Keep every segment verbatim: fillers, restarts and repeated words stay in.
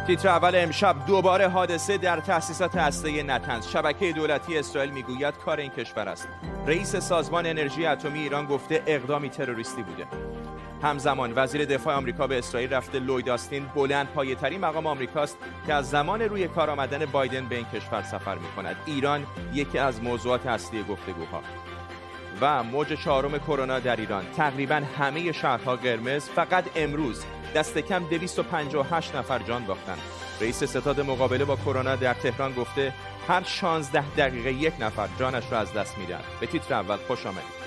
تیتر اول امشب: دوباره حادثه در تأسیسات هسته‌ای نتنز. شبکه دولتی اسرائیل میگوید کار این کشور است. رئیس سازمان انرژی اتمی ایران گفته اقدامی تروریستی بوده. همزمان وزیر دفاع آمریکا به اسرائیل رفته. لوید آستین بلندپایه‌ترین مقام آمریکاست که از زمان روی کار آمدن بایدن به این کشور سفر می‌کند. ایران یکی از موضوعات اصلی گفتگوها. و موج چهارم کرونا در ایران. تقریباً همه شهرها قرمز. فقط امروز دست کم دویست و پنجاه و هشت نفر جان باختند. رئیس ستاد مقابله با کرونا در تهران گفته هر شانزده دقیقه یک نفر جانش را از دست می‌دهد. به تیتر اول خوش آمدید.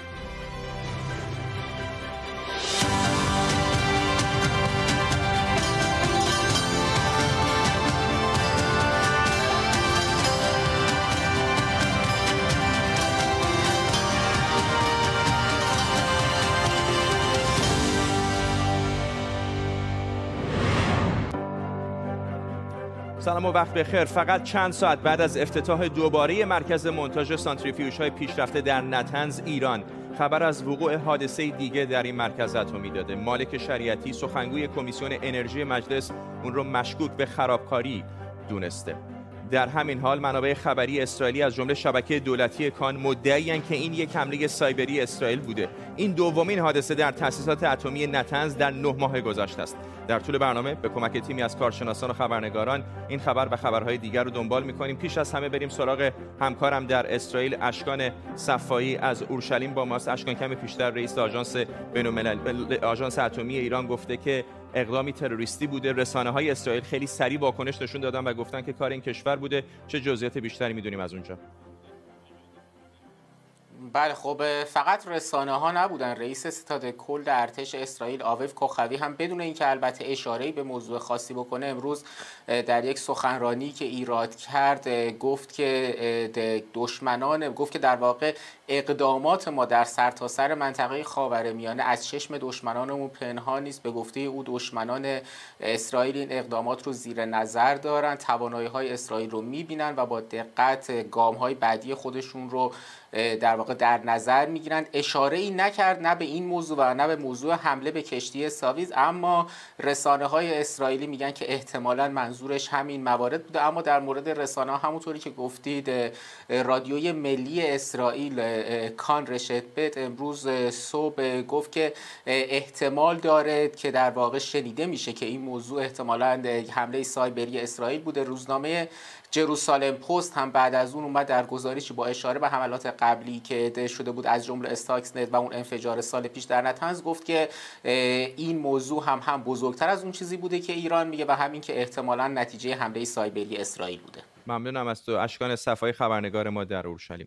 سلام و وقت بخیر. فقط چند ساعت بعد از افتتاح دوباره مرکز مونتاژ سانتریفیوژهای پیشرفته در نتنز ایران، خبر از وقوع حادثه دیگه در این مرکز اتمی داده. مالک شریعتی، سخنگوی کمیسیون انرژی مجلس، اون رو مشکوک به خرابکاری دونسته. در همین حال منابع خبری اسرائیلی از جمله شبکه دولتی کان مدعی‌اند که این یک حمله سایبری اسرائیل بوده. این دومین حادثه در تأسیسات اتمی نتنز در نه ماه گذشته است. در طول برنامه به کمک تیمی از کارشناسان و خبرنگاران این خبر و خبرهای دیگر رو دنبال می‌کنیم. پیش از همه بریم سراغ همکارم در اسرائیل، اشکان صفایی از اورشلیم با ماست. اشکان، کمی پیشتر رئیس آژانس بین‌المللی آژانس اتمی ایران گفته که اقدامی تروریستی بوده. رسانه‌های اسرائیل خیلی سریع واکنش نشون دادن و گفتن که کار این کشور بوده. چه جزئیات بیشتری می‌دونیم از اونجا؟ بله، خب فقط رسانه ها نبودن. رئیس ستاد کل ارتش اسرائیل آویو کوخاوی هم بدون اینکه البته اشاره‌ای به موضوع خاصی بکنه امروز در یک سخنرانی که ایراد کرد گفت که دشمنان گفت که در واقع اقدامات ما در سرتاسر منطقه خاورمیانه از چشم دشمنانمون پنهان نیست. به گفته او دشمنان اسرائیل این اقدامات رو زیر نظر دارن، توانایی‌های اسرائیل رو می‌بینن و با دقت گام‌های بعدی خودشون رو در واقع در نظر میگیرند. اشاره ای نکرد نه به این موضوع و نه به موضوع حمله به کشتی ساویز، اما رسانه های اسرائیلی میگن که احتمالاً منظورش همین موارد بوده. اما در مورد رسانه ها همونطوری که گفتید، رادیوی ملی اسرائیل کان رشت بت امروز صبح گفت که احتمال داره که در واقع شنیده میشه که این موضوع احتمالاً حمله سایبری اسرائیل بوده. روزنامه جروسالم پست هم بعد از اون اومد در گزارشی با اشاره به حملات قبلی که شده بود از جمله استاکس نت و اون انفجار سال پیش در نتنز گفت که این موضوع هم هم بزرگتر از اون چیزی بوده که ایران میگه و همین که احتمالاً نتیجه حمله سایبری اسرائیل بوده. ممنونم از تو اشکان صفایی، خبرنگار ما در اورشلیم.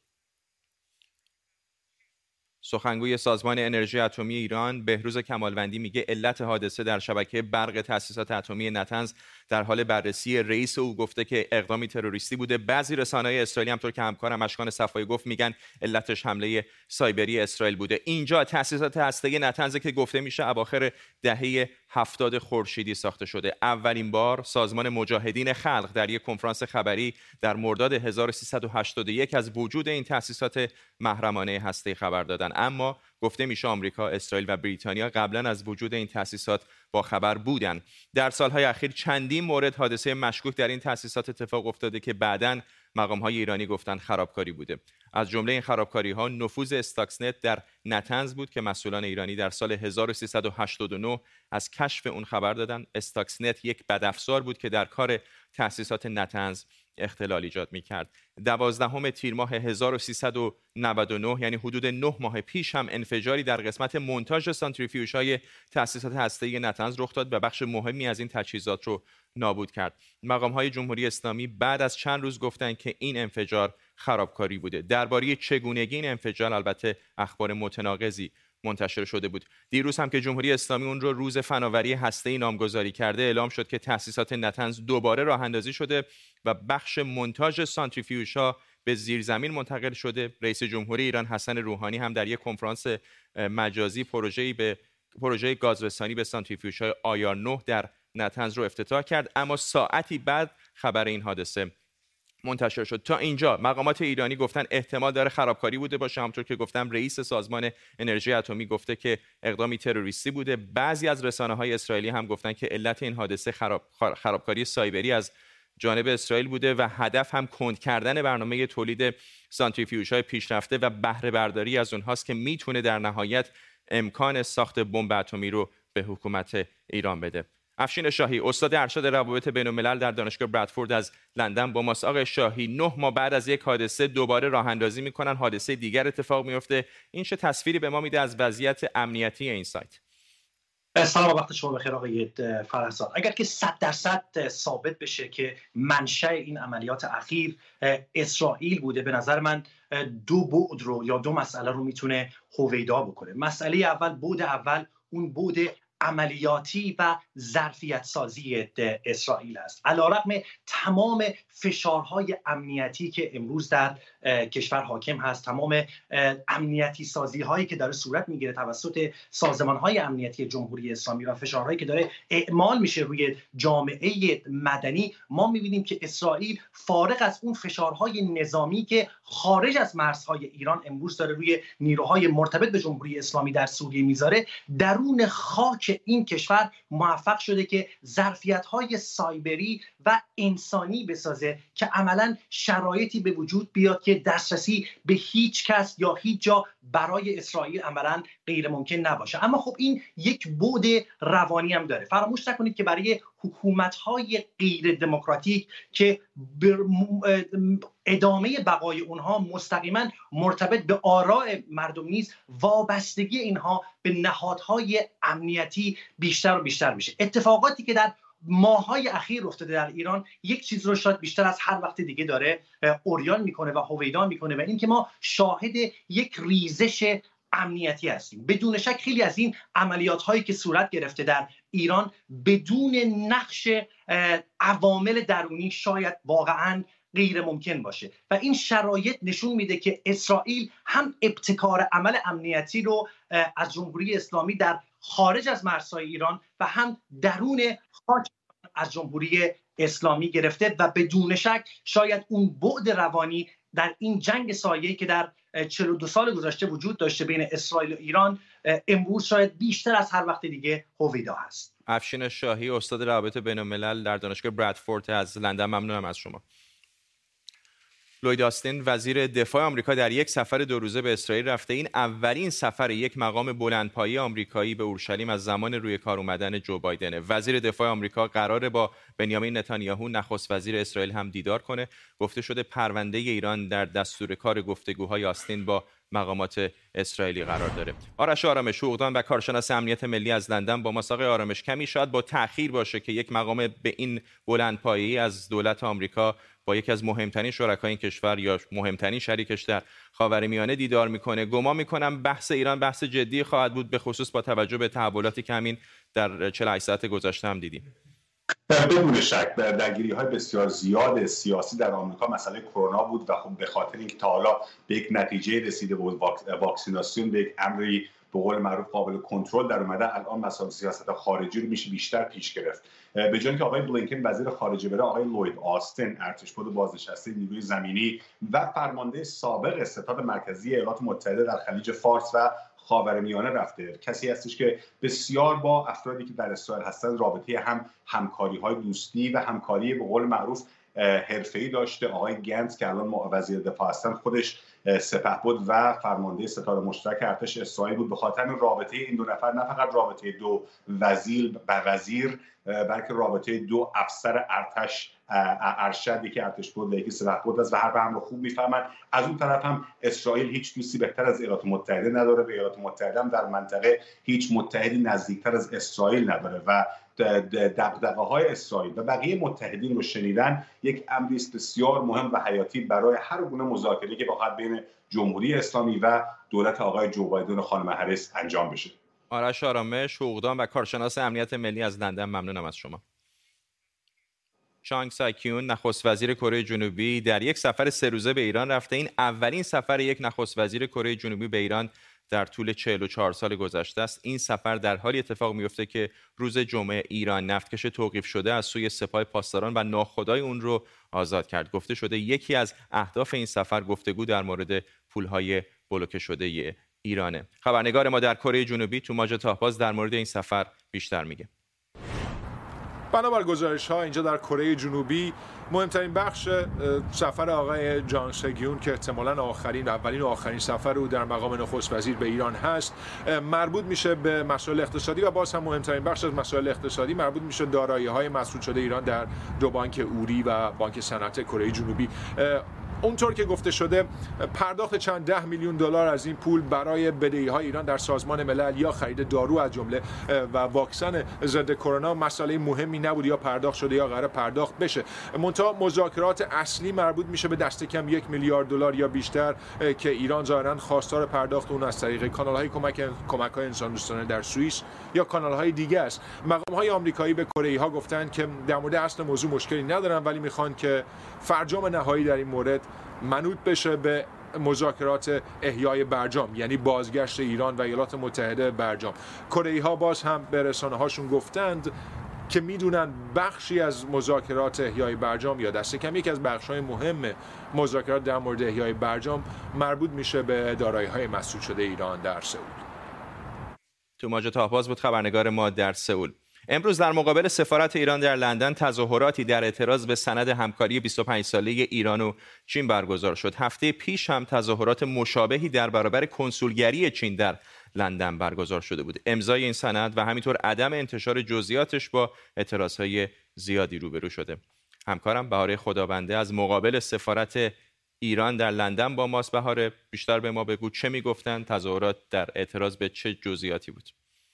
سخنگوی سازمان انرژی اتمی ایران بهروز کمالوندی میگه علت حادثه در شبکه برق تأسیسات اتمی نتنز در حال بررسی. رئیس او گفته که اقدامی تروریستی بوده. بعضی رسانه‌های اسرائیلی همطور که همکارم اشکان صفایی گفت میگن علتش حمله سایبری اسرائیل بوده. اینجا تأسیسات هسته‌ای نتنز که گفته میشه اواخر دهه هفتاد خورشیدی ساخته شده. اولین بار سازمان مجاهدین خلق در یک کنفرانس خبری در مرداد هزار و سیصد و هشتاد و یک از وجود این تأسیسات محرمانه هسته‌ای خبر دادن. اما گفته میشه آمریکا، اسرائیل و بریتانیا قبلا از وجود این تأسیسات با خبر بودند. در سالهای اخیر چندین مورد حادثه مشکوک در این تأسیسات اتفاق افتاده که بعداً مقام‌های ایرانی گفتن خرابکاری بوده. از جمله این خرابکاری‌ها نفوذ استاکس نت در نتنز بود که مسئولان ایرانی در سال هزار و سیصد و هشتاد و نه از کشف اون خبر دادن. استاکس نت یک بدافزار بود که در کار تأسیسات نتنز اختلال ایجاد می‌کرد. دوازدهم تیر ماه هزار و سیصد و نود و نه یعنی حدود نه ماه پیش هم انفجاری در قسمت مونتاژ سانتریفیوژهای تأسیسات هسته‌ای نتنز رخ داد و بخش مهمی از این تجهیزات رو نابود کرد. مقام‌های جمهوری اسلامی بعد از چند روز گفتند که این انفجار خرابکاری بوده. درباره چگونگی این انفجار البته اخبار متناقضی منتشر شده بود. دیروز هم که جمهوری اسلامی اون رو روز فناوری هسته‌ای نامگذاری کرده، اعلام شد که تأسیسات نتنز دوباره راه اندازی شده و بخش مونتاژ سانتریفیوژها به زیرزمین منتقل شده. رئیس جمهوری ایران حسن روحانی هم در یک کنفرانس مجازی پروژه‌ای به پروژه گازرسانی به سانتریفیوژهای آیار نه در نتنز رو افتتاح کرد. اما ساعتی بعد خبر این حادثه منتشر شد. تا اینجا مقامات ایرانی گفتن احتمال داره خرابکاری بوده باشه، همونطور که گفتم رئیس سازمان انرژی اتمی گفته که اقدامی تروریستی بوده. بعضی از رسانه‌های اسرائیلی هم گفتن که علت این حادثه خراب خرابکاری سایبری از جانب اسرائیل بوده و هدف هم کند کردن برنامه تولید سانتریفیوژهای پیشرفته و بهره برداری از اونهاست که میتونه در نهایت امکان ساخت بمب اتمی رو به حکومت ایران بده. افشین شاهی، استاد ارشد روابط بین‌الملل در دانشگاه برادفورد از لندن با ماست. آقای شاهی، نه ماه بعد از یک حادثه دوباره راه اندازی میکنن، حادثه دیگر اتفاق میفته. این چه تصویری به ما میده از وضعیت امنیتی این سایت؟ سلام، وقت شما بخیر آقای فرزاد. اگر که صد درصد ثابت بشه که منشأ این عملیات اخیر اسرائیل بوده، به نظر من دو بعد رو یا دو مسئله رو میتونه هویدا بکنه. مسئله اول، بعد اول اون بعد عملیاتی و ظرفیت سازی اسرائیل است. علیرغم تمام فشارهای امنیتی که امروز در کشور حاکم هست، تمام امنیتی سازی هایی که داره صورت میگیره توسط سازمان های امنیتی جمهوری اسلامی و فشارهایی که داره اعمال میشه روی جامعه مدنی، ما میبینیم که اسرائیل فارغ از اون فشارهای نظامی که خارج از مرزهای ایران امروز داره روی نیروهای مرتبط به جمهوری اسلامی در سوریه میذاره، درون خاک این کشور موفق شده که ظرفیت‌های سایبری و انسانی بسازه که عملاً شرایطی به وجود بیاد که دسترسی به هیچ کس یا هیچ جا برای اسرائیل عملاً غیر ممکن نباشه. اما خب این یک بعد روانی هم داره. فراموش نکنید که برای حکومت‌های غیر دموکراتیک که ادامه بقای اونها مستقیما مرتبط به آراء مردم نیست، وابستگی اینها به نهادهای امنیتی بیشتر و بیشتر میشه. اتفاقاتی که در ماه‌های اخیر افتاده در ایران یک چیز رو شاید بیشتر از هر وقت دیگه داره اوریان میکنه و هویدا میکنه و این که ما شاهد یک ریزش امنیتی هستیم. بدون شک خیلی از این عملیات هایی که صورت گرفته در ایران بدون نقش عوامل درونی شاید واقعاً غیر ممکن باشه و این شرایط نشون میده که اسرائیل هم ابتکار عمل امنیتی رو از جمهوری اسلامی در خارج از مرزهای ایران و هم درون خاک از جمهوری اسلامی گرفته و بدون شک شاید اون بعد روانی در این جنگ سایه‌ای که در چهل و دو سال گذشته وجود داشته بین اسرائیل و ایران امروز شاید بیشتر از هر وقت دیگه هویدا هست. افشین شاهی، استاد روابط بین‌الملل در دانشگاه برادفورد از لندن، ممنونم از شما. لوید آستین، وزیر دفاع آمریکا، در یک سفر دو روزه به اسرائیل رفته. این اولین سفر یک مقام بلندپایه آمریکایی به اورشلیم از زمان روی کار اومدن جو بایدنه. وزیر دفاع آمریکا قراره با بنیامین نتانیاهو، نخست وزیر اسرائیل، هم دیدار کنه. گفته شده پرونده ایران در دستور کار گفتگوهای آستین با مقامات اسرائیلی قرار داره. آرش آرامش، حقوقدان و کارشناس امنیت ملی از لندن با ما. آقای آرامش، کمی شاید با تأخیر باشه که یک مقام به این بلندپایه‌ای از دولت آمریکا با یکی از مهمترین شرکای این کشور یا مهمترین شریکش در خاورمیانه دیدار میکنه. گمان میکنم بحث ایران بحث جدی خواهد بود، به خصوص با توجه به تحولاتی که همین در چهل و هشت ساعت گذشته هم دیدیم. بدون شک درگیری‌های بسیار زیاد سیاسی در آمریکا مسئله کرونا بود و خب به خاطر اینکه تا حالا به یک نتیجه رسیده بود، واکسیناسیون به یک امری به قول معروف قابل کنترل در اومده، الان مسائل سیاست خارجی رو میشه بیشتر پیش گرفت. به جای اینکه آقای بلینکن وزیر خارجه بره، آقای لوید آستین ارتشبد بازنشسته نیروی زمینی و فرمانده سابق ستاد مرکزی ایالات متحده در خلیج فارس و خاورمیانه رفته. کسی هستش که بسیار با افرادی که در اسرائیل هستند رابطه هم همکاری‌های دوستی و همکاری به قول معروف حرفه‌ای داشته. آقای گنتس که الان وزیر دفاع هستن خودش سپهبد و فرمانده ستاد مشترک ارتش اسرائیل بود. به خاطر رابطه این دو نفر، نه فقط رابطه دو وزیر و وزیر، بلکه رابطه دو افسر ارتش، ارشد، یکی ارتشبد و یکی سپهبد است و هر به هم رو خوب میفهمن. از اون طرف هم اسرائیل هیچ دوستی بهتر از ایالات متحده نداره و ایالات متحده هم در منطقه هیچ متحدی نزدیکتر از اسرائیل نداره و دغدغه‌های اسرائیل و بقیه متحدین رو شنیدن یک امری است بسیار مهم و حیاتی برای هر گونه مذاکره‌ای که بخواد بین جمهوری اسلامی و دولت آقای جو بایدن و خانم هریس انجام بشه. آرش آرامش، حقوقدان و کارشناس امنیت ملی از لندن، ممنونم از شما. چانگ سایکیون، نخست وزیر کره جنوبی، در یک سفر سه روزه به ایران رفته. این اولین سفر یک نخست وزیر کره جنوبی به ایران در طول چهل و چهار سال گذشته است. این سفر در حالی اتفاق میفته که روز جمعه ایران نفتکش توقیف شده از سوی سپاه پاسداران و ناخدای اون رو آزاد کرد. گفته شده یکی از اهداف این سفر گفتگو در مورد پولهای بلوکه شده ایرانه. خبرنگار ما در کره جنوبی توماج تاهباز در مورد این سفر بیشتر میگه. بنابر گزارش ها اینجا در کره جنوبی مهمترین بخش سفر آقای جان سگیون که احتمالاً آخرین اولین و آخرین سفر او در مقام نخست وزیر به ایران هست مربوط میشه به مسائل اقتصادی و باز هم مهمترین بخش از مسائل اقتصادی مربوط میشه دارایی‌های مسدود شده ایران در دو بانک اوری و بانک صنعت کره جنوبی. اونطور که گفته شده پرداخت چند ده میلیون دلار از این پول برای بدهی‌های ایران در سازمان ملل یا خرید دارو از جمله و واکسن ضد کرونا مسئله مهمی نبود یا پرداخت شده یا قرار پرداخت بشه. منتها مذاکرات اصلی مربوط میشه به دست کم یک میلیارد دلار یا بیشتر که ایران ظاهراً خواستار پرداخت اون از طریق کانال‌های کمک کمک‌های انسان‌دوستانه در سوئیس یا کانال‌های دیگه است. مقام‌های آمریکایی به کره‌ای‌ها گفتند که در مورد اصل موضوع مشکلی ندارن ولی میخوان که فرجام نهایی در این مورد منوط بشه به مذاکرات احیای برجام، یعنی بازگشت ایران و ایالات متحده برجام. کره‌ای‌ها باز هم به رسانه‌هاشون گفتند که میدونن بخشی از مذاکرات احیای برجام یا دست کم یک از بخش‌های مهم مذاکرات در مورد احیای برجام مربوط میشه به دارایی‌های مسدود شده ایران در سئول. توماج تاهباز بود خبرنگار ما در سئول. امروز در مقابل سفارت ایران در لندن تظاهراتی در اعتراض به سند همکاری بیست و پنج ساله ایران و چین برگزار شد. هفته پیش هم تظاهرات مشابهی در برابر کنسولگری چین در لندن برگزار شده بود. امضای این سند و همینطور عدم انتشار جزئیاتش با اعتراضهای زیادی روبرو شده. همکارم بهاره خدابنده از مقابل سفارت ایران در لندن با ماست. بهاره، بیشتر به ما بگو چه میگفتن؟ تظاهرات در اعتراض به چه جزئیاتی بود؟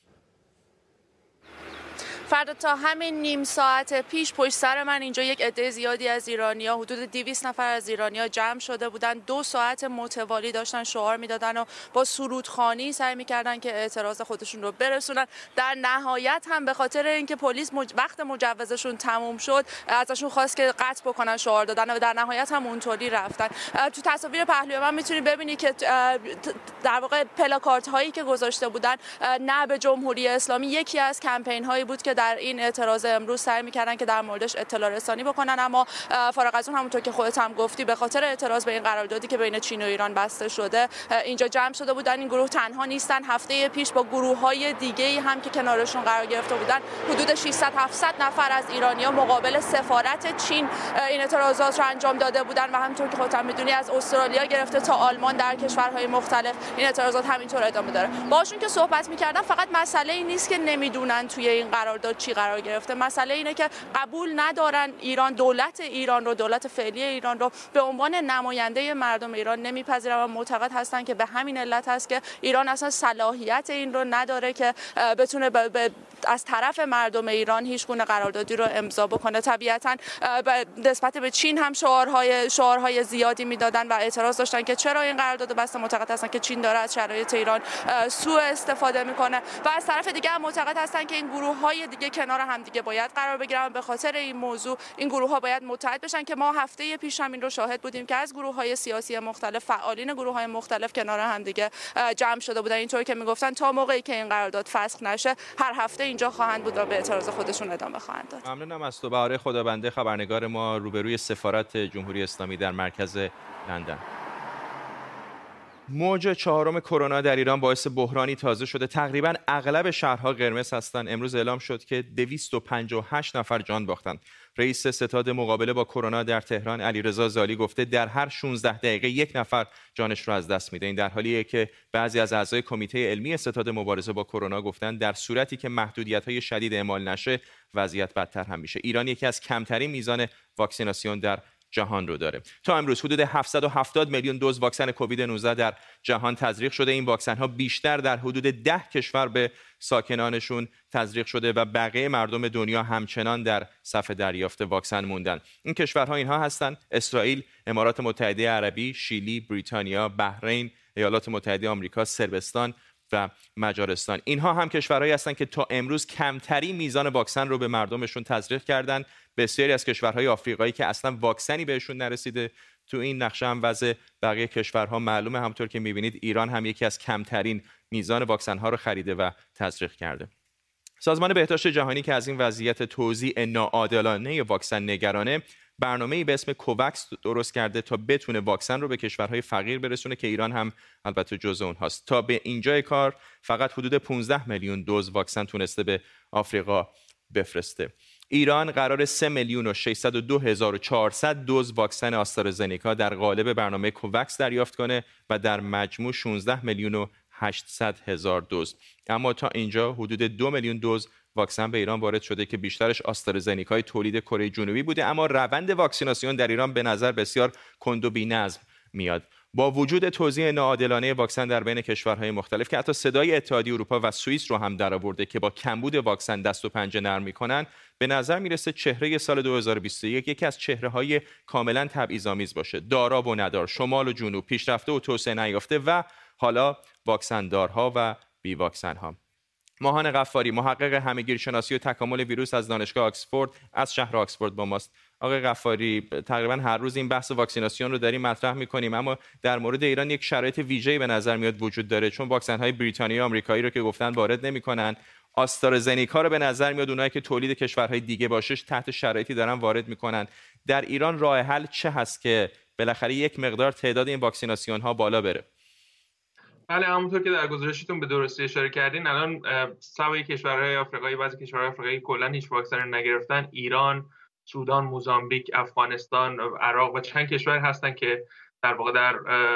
فردا تا همین نیم ساعت پیش پشت سر من اینجا یک عده زیادی از ایرانی‌ها، حدود دویست نفر از ایرانی‌ها جمع شده بودن. دو ساعت متوالی داشتن شعار میدادن و با سرودخوانی سعی می‌کردن که اعتراض خودشون رو برسونن. در نهایت هم به خاطر اینکه پلیس مج... وقت مجوزشون تموم شد ازشون خواست که قطع بکنن شعار دادن و در نهایت هم اونطوری رفتن. تو تصاویر پهلوی من می‌تونید ببینید که در واقع پلاکارت هایی که گذاشته بودن نه به جمهوری اسلامی یکی از کمپین هایی بود که در این اعتراض امروز سعی می‌کردن که در موردش اطلاع رسانی بکنن، اما فارغ از اون همونطور که خودت هم گفتی به خاطر اعتراض به این قراردادی که بین چین و ایران بسته شده اینجا جمع شده بودن. این گروه تنها نیستن، هفته پیش با گروه‌های دیگه‌ای هم که کنارشون قرار گرفته بودن حدود ششصد هفتصد نفر از ایرانی‌ها مقابل سفارت چین این اعتراضات رو انجام داده بودن و همونطور که خودت هم می‌دونی از استرالیا گرفته تا آلمان در کشورهای مختلف این اعتراضات همینطور ادامه داره. باشون که صحبت می‌کردم فقط مسئله این نیست که نمی‌دونن توی این قرارداد چی قرار گرفته، مسئله اینه که قبول ندارن ایران، دولت ایران رو، دولت فعلی ایران رو به عنوان نماینده مردم ایران نمیپذیرن و معتقد هستن که به همین علت هست که ایران اصلا صلاحیت این رو نداره که بتونه ب... ب... از طرف مردم ایران هیچ گونه قراردادی رو امضا بکنه. طبیعتاً نسبت به چین هم شعارهای شعارهای زیادی میدادن و اعتراض داشتن که چرا این قرارداد بسته. معتقد هستن که چین داره از شرایط ایران سوء استفاده میکنه و از طرف دیگه هم معتقد هستن که این گروه‌های دیگه کنار هم دیگه باید قرار بگیرن. به خاطر این موضوع این گروه‌ها باید متحد بشن که ما هفته پیش هم این رو شاهد بودیم که از گروه‌های سیاسی مختلف، فعالین گروه‌های مختلف کنار هم دیگه جمع شده بودن. اینطوری که میگفتن تا موقعی که این قرارداد فسخ نشه هر هفته اینجا خواهند بود و به اعتراض خودشون ادامه خواهند داد. ممنونم از تو بهاره خدابنده خبرنگار ما روبروی سفارت جمهوری اسلامی در مرکز لندن. موج چهارم کرونا در ایران باعث بحرانی تازه شده. تقریبا اغلب شهرها قرمز هستند. امروز اعلام شد که دویست و پنجاه و هشت نفر جان باختند. رئیس ستاد مقابله با کرونا در تهران علیرضا زالی گفته در هر شانزده دقیقه یک نفر جانش را از دست میده. این در حالیه که بعضی از اعضای کمیته علمی ستاد مبارزه با کرونا گفتند در صورتی که محدودیت‌های شدید اعمال نشه وضعیت بدتر هم میشه. ایران یکی از کمترین میزان واکسیناسیون در جهان رو داره. تا امروز حدود هفتصد و هفتاد میلیون دوز واکسن کووید نوزده در جهان تزریق شده. این واکسن ها بیشتر در حدود ده کشور به ساکنانشون تزریق شده و بقیه مردم دنیا همچنان در صف دریافت واکسن موندن. این کشورها اینها هستند: اسرائیل، امارات متحده عربی، شیلی، بریتانیا، بحرین، ایالات متحده آمریکا، صربستان، و مجارستان. اینها هم کشورهایی هستند که تا امروز کمتری میزان واکسن رو به مردمشون تزریق کردن. بسیاری از کشورهای آفریقایی که اصلا واکسنی بهشون نرسیده. تو این نقشه هم وضع بقیه کشورها معلومه. همونطور که می‌بینید ایران هم یکی از کمترین میزان واکسن ها رو خریده و تزریق کرده. سازمان بهداشت جهانی که از این وضعیت توزیع ناعادلانه واکسن نگرانه، برنامه‌ای به اسم کووکس درست کرده تا بتونه واکسن رو به کشورهای فقیر برسونه که ایران هم البته جزء اونهاست. تا به اینجای کار فقط حدود پانزده میلیون دوز واکسن تونسته به آفریقا بفرسته. ایران قرار سه میلیون و ششصد و دو هزار و چهارصد دوز واکسن آسترازنیکا در قالب برنامه کووکس دریافت کنه و در مجموع شانزده میلیون و هشتصد هزار دوز. اما تا اینجا حدود دو میلیون دوز واکسن به ایران وارد شده که بیشترش آسترازنیکای تولید کره جنوبی بوده، اما روند واکسیناسیون در ایران به نظر بسیار کند و بی‌نظم میاد. با وجود توزیع ناعادلانه واکسن در بین کشورهای مختلف که حتی صدای اتحادیه اروپا و سوئیس رو هم درآورده که با کمبود واکسن دست و پنجه نرم میکنن، به نظر میرسه چهره سال دو هزار و بیست و یک یکی از چهره‌های کاملا تبعیض‌آمیز باشه. دارا و ندار، شمال و جنوب، پیشرفته و توسعه نیافته و حالا واکسندارها و بی واکسن‌ها. ماهان غفاری، محقق همه‌گیرشناسی و تکامل ویروس از دانشگاه آکسفورد از شهر آکسفورد با ماست. آقای غفاری، تقریبا هر روز این بحث واکسیناسیون رو داریم مطرح می‌کنیم، اما در مورد ایران یک شرایط ویژه‌ای به نظر میاد وجود داره، چون واکسن‌های بریتانیایی و آمریکایی رو که گفتن وارد نمی‌کنن. آسترازنیکا رو به نظر میاد اونایی که تولید کشورهای دیگه باشش تحت شرایطی دارن وارد می‌کنن. در ایران راه حل چه هست که بالاخره یک مقدار تعداد این واکسیناسیون‌ها بالا بره؟ بله، همونطور که در گزارشتون به درستی اشاره کردین، الان سوای کشورهای آفریقایی، بعضی کشورهای آفریقایی کلا هیچ واکسن نگرفتن. ایران، سودان، موزامبیک، افغانستان، عراق و چند کشور هستن که در واقع در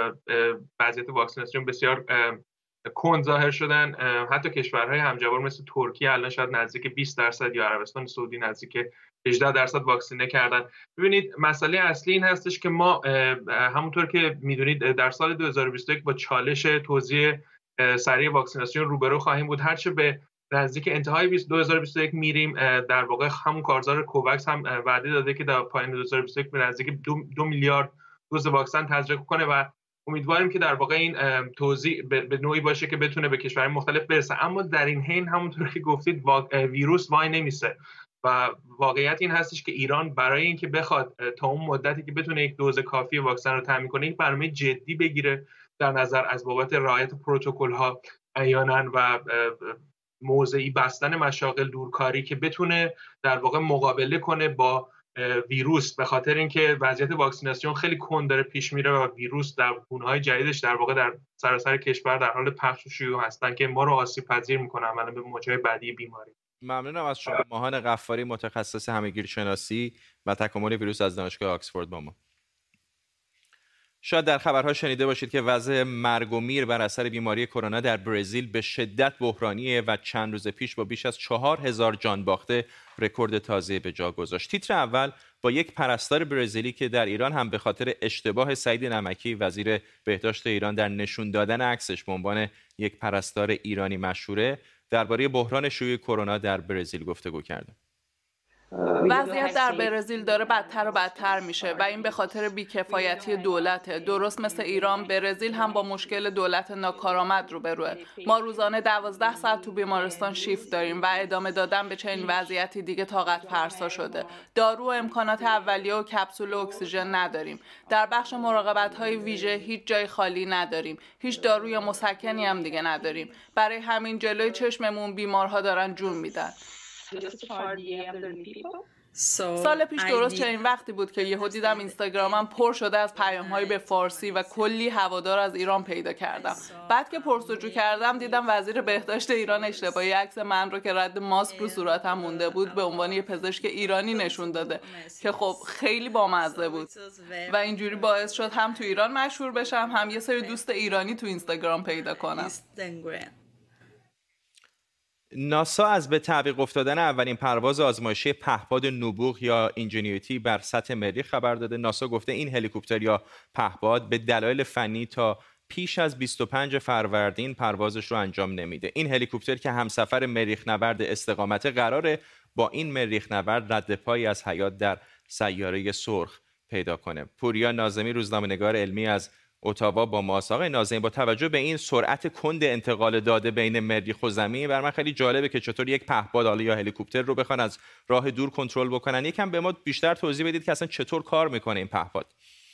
وضعیت واکسیناسیون بسیار کند ظاهر شدن. حتی کشورهای همجوار مثل ترکیه الان شاید نزدیک بیست درصد یا عربستان سعودی نزدیک هجده درصد واکسینه کردن. ببینید، مسئله اصلی این هستش که ما همونطور که میدونید در سال دو هزار و بیست و یک با چالش توزیع سریع واکسیناسیون روبرو خواهیم بود. هرچه به نزدیک انتهای دو هزار و بیست و یک میریم، در واقع همون کارزار کووکس هم وعده داده که در پایان دو هزار و بیست و یک به نزدیک دو, دو میلیارد دوز واکسن تزریق کنه و امیدواریم که در واقع این توزیع به نوعی باشه که بتونه به کشورهای مختلف برسه. اما در این حین همونطور که گفتید ویروس وای نمیسه و واقعیت این هستش که ایران برای اینکه بخواد تا اون مدتی که بتونه یک دوز کافی واکسن رو تامین کنه، یک برنامه جدی بگیره در نظر از بابت رعایت پروتکل‌ها عیانا و موضعی بستن مشاغل دورکاری که بتونه در واقع مقابله کنه با ویروس، به خاطر اینکه وضعیت واکسیناسیون خیلی کند داره پیش میره و ویروس در گونه‌های جدیدش در واقع در سراسر کشور در حال پخش و شیوع هستن که ما رو آسیب پذیر میکنه عملاً به موجهای بعدی بیماری. ممنونم از شما ماهان غفاری، متخصص همه‌گیرشناسی و تکامل ویروس از دانشگاه آکسفورد با ما. شاید در خبرها شنیده باشید که وضع مرگ و میر بر اثر بیماری کرونا در برزیل به شدت بحرانیه و چند روز پیش با بیش از چهار هزار جان باخته رکورد تازه به جا گذاشت. تیتر اول با یک پرستار برزیلی که در ایران هم به خاطر اشتباه سعید نمکی وزیر بهداشت ایران در نشون دادن عکسش به عنوان یک پرستار ایرانی مشهوره، درباره بحران شیوع کرونا در برزیل گفتگو کرده. وضعیت در برزیل داره بدتر و بدتر میشه و این به خاطر بیکفایتی دولته. درست مثل ایران، برزیل هم با مشکل دولت ناکارآمد روبروه. ما روزانه دوازده ساعت تو بیمارستان شیفت داریم و ادامه دادن به چنین وضعیتی دیگه طاقت فرسا شده. دارو و امکانات اولیه و کپسول اکسیژن نداریم. در بخش مراقبت‌های ویژه هیچ جای خالی نداریم. هیچ دارو یا مسکنی هم دیگه نداریم. برای همین جلوی چشممون بیمارها دارن جون میدن. سال پیش درست چنین وقتی بود که یهو دیدم اینستاگرامم پر شده از پیام‌های به فارسی و کلی هوادار از ایران پیدا کردم. بعد که پرسجو کردم دیدم وزیر بهداشت ایران اشتباهی عکس من رو که رد ماسک رو صورتم مونده بود به عنوان یه پزشک ایرانی نشون داده که خب خیلی بامزه بود و اینجوری باعث شد هم تو ایران مشهور بشم، هم یه سری دوست ایرانی تو اینستاگرام پیدا کنم. ناسا از به تعویق افتادن اولین پرواز آزمایشی پهپاد نبوغ یا اینجینیوتی بر سطح مریخ خبر داده. ناسا گفته این هلیکوپتر یا پهپاد به دلایل فنی تا پیش از بیست و پنج فروردین پروازش رو انجام نمیده. این هلیکوپتر که همسفر مریخ نورد استقامت قراره با این مریخ نورد رد پایی از حیات در سیاره سرخ پیدا کنه. پوریا ناظمی، روزنامه‌نگار علمی از اتاوا با ماست. آقای ناظمی، با توجه به این سرعت کند انتقال داده بین مریخ و زمین، بر من خیلی جالبه که چطور یک پهپاد حالا یا هلیکوپتر رو بخوان از راه دور کنترل بکنن. یکم به ما بیشتر توضیح بدید که اصلا چطور کار میکنه این پهپاد.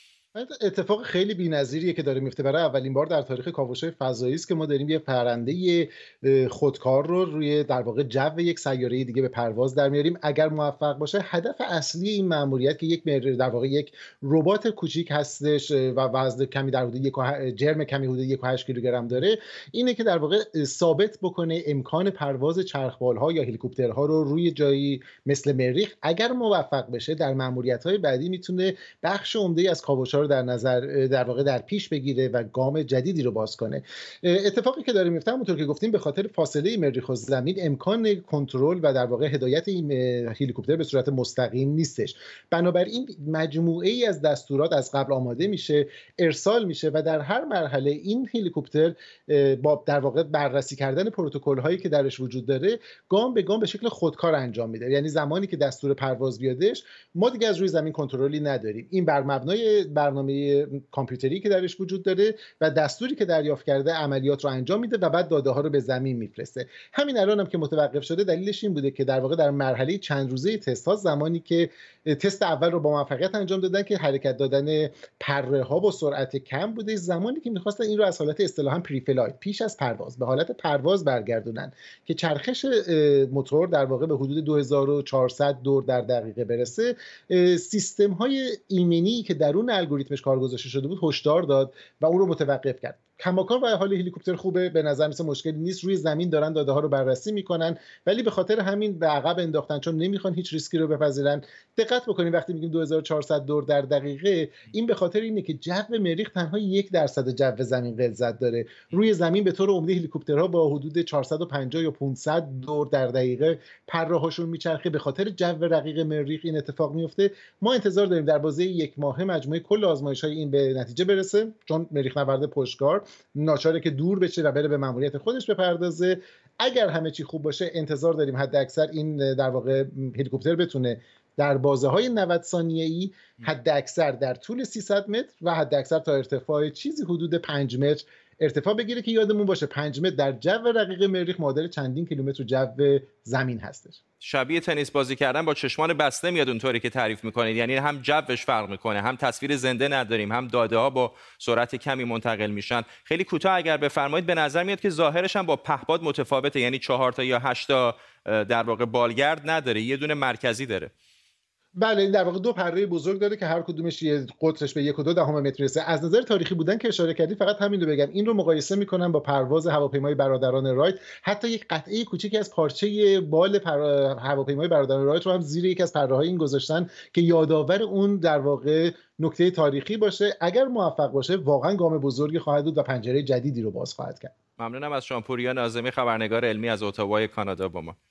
اتفاق خیلی بی‌نظیریه که داره میفته. برای اولین بار در تاریخ کاوش‌های فضایی است که ما داریم یه پرنده خودکار رو روی در واقع جو یک سیاره دیگه به پرواز در میاریم. اگر موفق باشه، هدف اصلی این مأموریت که یک در واقع یک ربات کوچیک هستش و وزن کمی در حدود یک جرم کمی حدود یک و هشت کیلوگرم داره، اینه که در واقع ثابت بکنه امکان پرواز چرخبال‌ها یا هلیکوپترها رو روی جایی مثل مریخ. اگر موفق بشه، در مأموریت‌های بعدی میتونه بخش عمده‌ای از کاوش‌ها رو در نظر در واقع در پیش بگیره و گام جدیدی رو باز کنه. اتفاقی که داره میفته، همونطور که گفتیم، به خاطر فاصله مریخ و زمین امکان کنترل و در واقع هدایت این هلیکوپتر به صورت مستقیم نیستش. بنابراین مجموعه ای از دستورات از قبل آماده میشه، ارسال میشه و در هر مرحله این هلیکوپتر با در واقع بررسی کردن پروتکل هایی که درش وجود داره، گام به گام به شکل خودکار انجام میده. یعنی زمانی که دستور پرواز بیادش، ما دیگه از روی زمین کنترلی نداریم. این بر مبنای برنامه کامپیوتری که درش وجود داره و دستوری که دریافت کرده عملیات رو انجام میده و بعد داده ها رو به زمین میفرسته. همین الان هم که متوقف شده، دلیلش این بوده که در واقع در مرحله چند روزه تست ها، زمانی که تست اول رو با موفقیت انجام دادن که حرکت دادن پره ها با سرعت کم بوده، زمانی که می‌خواستن این رو از حالت اصطلاحاً پری فلایت، پیش از پرواز، به حالت پرواز برگردونن که چرخش موتور در واقع به حدود دو هزار و چهارصد دور در دقیقه برسه، سیستم های ایمنی که درون الگوریتمش کار گذاشته شده بود هشدار داد و اون رو متوقف کرد. کماکان و حال هلیکوپتر خوبه، به نظر میسه مشکلی نیست، روی زمین دارن داده ها رو بررسی میکنن، ولی به خاطر همین به عقب انداختن، چون نمیخوان هیچ ریسکی رو بپذیرن. دقت بکنید وقتی میگیم دو هزار و چهارصد دور در دقیقه، این به خاطر اینه که جو مریخ تنها یک درصد جو زمین غلظت داره. روی زمین به طور عمده هلیکوپترها با حدود چهارصد و پنجاه یا پانصد دور در دقیقه پره هاشون میچرخه. به خاطر جو رقیق مریخ این اتفاق میفته. ما انتظار داریم در بازه یک ماه مجموعه کل آزمایش‌های این به نتیجه برسه، چون مریخ نورد پشتکار ناچاره که دور بشه و بره به مأموریت خودش بپردازه. اگر همه چی خوب باشه، انتظار داریم حد اکثر این در واقع هلیکوپتر بتونه در بازه‌های نود ثانیه‌ای حد اکثر در طول سیصد متر و حد اکثر تا ارتفاع چیزی حدود پنج متر ارتفاع بگیره، که یادمون باشه پنج متر در جو رقیق مریخ معادل چندین کیلومتر جو زمین هستش. شبیه تنیس بازی کردن با چشمان بسته میاد اونطوری که تعریف میکنید، یعنی هم جوش فرق میکنه، هم تصویر زنده نداریم، هم داده ها با سرعت کمی منتقل میشن. خیلی کوتاه اگر بفرمایید، به نظر میاد که ظاهرش هم با پهپاد متفاوته، یعنی چهار تا یا هشت تا در واقع بالگرد نداره، یه دونه مرکزی داره. بله، در واقع دو پره بزرگ داره که هر کدومش یه قطرش به یک و دو دهم متر رسه. از نظر تاریخی بودن که اشاره کردید، فقط همین رو بگم، این رو مقایسه میکنم با پرواز هواپیمای برادران رایت. حتی یک قطعه کوچیکی از پارچه بال پر... هواپیمای برادران رایت رو هم زیر یک از پره‌های این گذاشتن که یادآور اون در واقع نکته تاریخی باشه. اگر موفق باشه، واقعا گام بزرگی خواهد بود و پنجره جدیدی رو باز خواهد کرد. ممنونم از شما پوریا ناظمی، خبرنگار علمی از اتاوای کانادا با ما.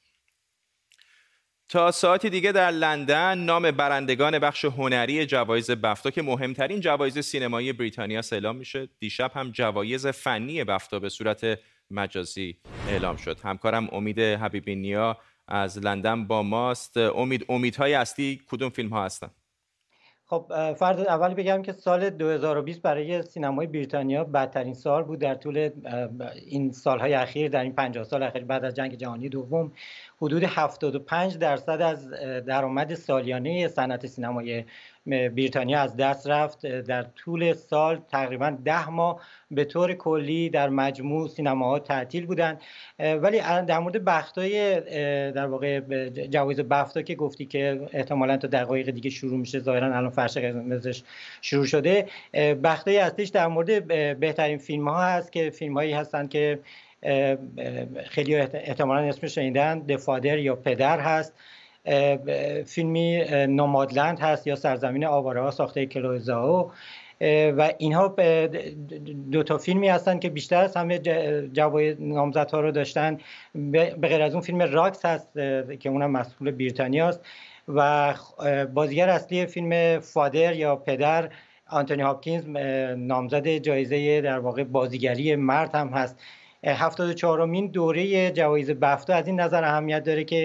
تا ساعتی دیگه در لندن نام برندگان بخش هنری جوایز بفتا که مهمترین جوایز سینمایی بریتانیا اعلام میشه. دیشب هم جوایز فنی بفتا به صورت مجازی اعلام شد. همکارم امید حبیبی نیا از لندن با ماست. امید، امیدهای اصلی کدوم فیلم ها هستن؟ خب فرد اول بگم که سال دو هزار و بیست برای سینمای بریتانیا بدترین سال بود در طول این سالهای اخیر. در این پنجاه سال اخیر بعد از جنگ جهانی دوم، حدود هفتاد و پنج درصد از درآمد سالیانه صنعت سینمای بریتانیا از دست رفت. در طول سال تقریبا ده ماه به طور کلی در مجموع سینماها تعطیل بودند. ولی در مورد بختای در واقع جوایز بفتا که گفتی که احتمالاً تا دقایق دیگه شروع میشه، ظاهرا الان فرش قرمزش شروع شده، بختای اصلیش در مورد بهترین فیلم ها هست که فیلم هایی هستند که خیلی احتمالاً اسمش شنیدن. د فادر یا پدر هست، فیلمی نومادلند هست یا سرزمین آواره ها ساخته کلوئ زائو، و اینها دو تا فیلمی هستن که بیشتر از همه جوایز نامزدها رو داشتن. به غیر از اون فیلم راکس هست که اونم مسئول بریتانیا است، و بازیگر اصلی فیلم فادر یا پدر آنتونی هاپکینز نامزد جایزه در واقع بازیگری مرد هم هست. هفتاد و چهارمین دوره جوایز بفتا از این نظر اهمیت داره که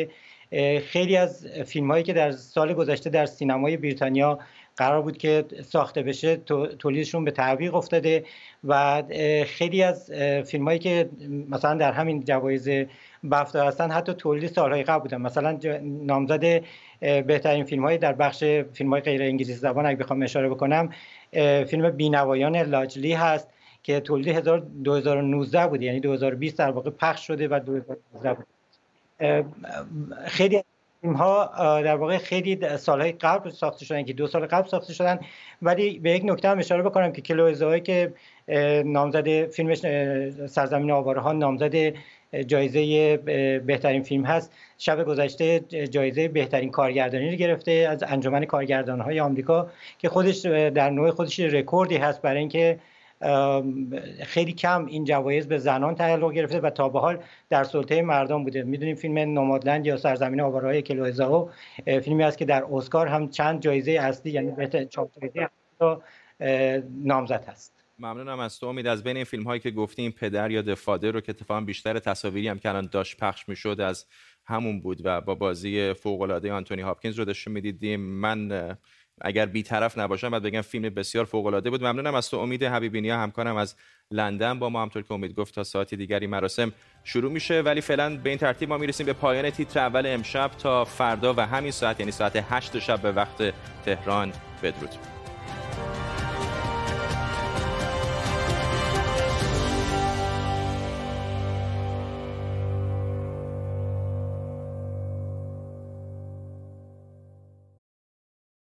خیلی از فیلم هایی که در سال گذشته در سینمای بریتانیا قرار بود که ساخته بشه تولیدشون به تعویق افتاده و خیلی از فیلم هایی که مثلا در همین جوایز بفتا هستن حتی تولید سالهای قبل بودن. مثلا نامزد بهترین فیلم های در بخش فیلم های غیر انگلیسی زبان اگه بخوام اشاره بکنم فیلم بینوایان لاجلی هست که تولید دو هزار و نوزده بود، یعنی دو هزار و بیست در واقع پخش شده و دو هزار و نوزده بود. خیلی فیلم ها در واقع خیلی سالهای قبل ساخته شدن که دو سال قبل ساخته شدن، ولی به یک نکته هم اشاره بکنم که کلوئزه‌ای که نامزد فیلمش سرزمین آواره‌ها نامزد جایزه بهترین فیلم هست، شب گذشته جایزه بهترین کارگردانی رو گرفته از انجمن کارگردان‌های آمریکا که خودش در نوع خودش رکوردی هست برای اینکه خیلی کم این جوایز به زنان تعلق گرفته و تا به حال در سلطه مردان بوده. میدونیم فیلم نومادلند یا سرزمین آواره‌های کلوئزه‌ها فیلمی است که در اسکار هم چند جایزه اصلی یعنی بهترین چهار جایزه نامزد هست. ممنونم از تو امید. از بین این فیلم هایی که گفتیم پدر یا دفادر رو که اتفاقا بیشتر تصاویری هم که الان داشت پخش میشد از همون بود و با بازی فوق العاده آنتونی هاپکینز رو داشتیم میدیدیم. من اگر بی‌طرف نباشم باید بگم فیلم بسیار فوق العاده بود. ممنونم از تو امید حبیبینیا همکارم از لندن با ما همطور که امید گفت تا ساعت دیگری مراسم شروع میشه، ولی فعلا به این ترتیب ما میرسیم به پایان تیتر اول امشب. تا فردا و همین ساعت یعنی ساعت هشت شب به وقت تهران بدرود.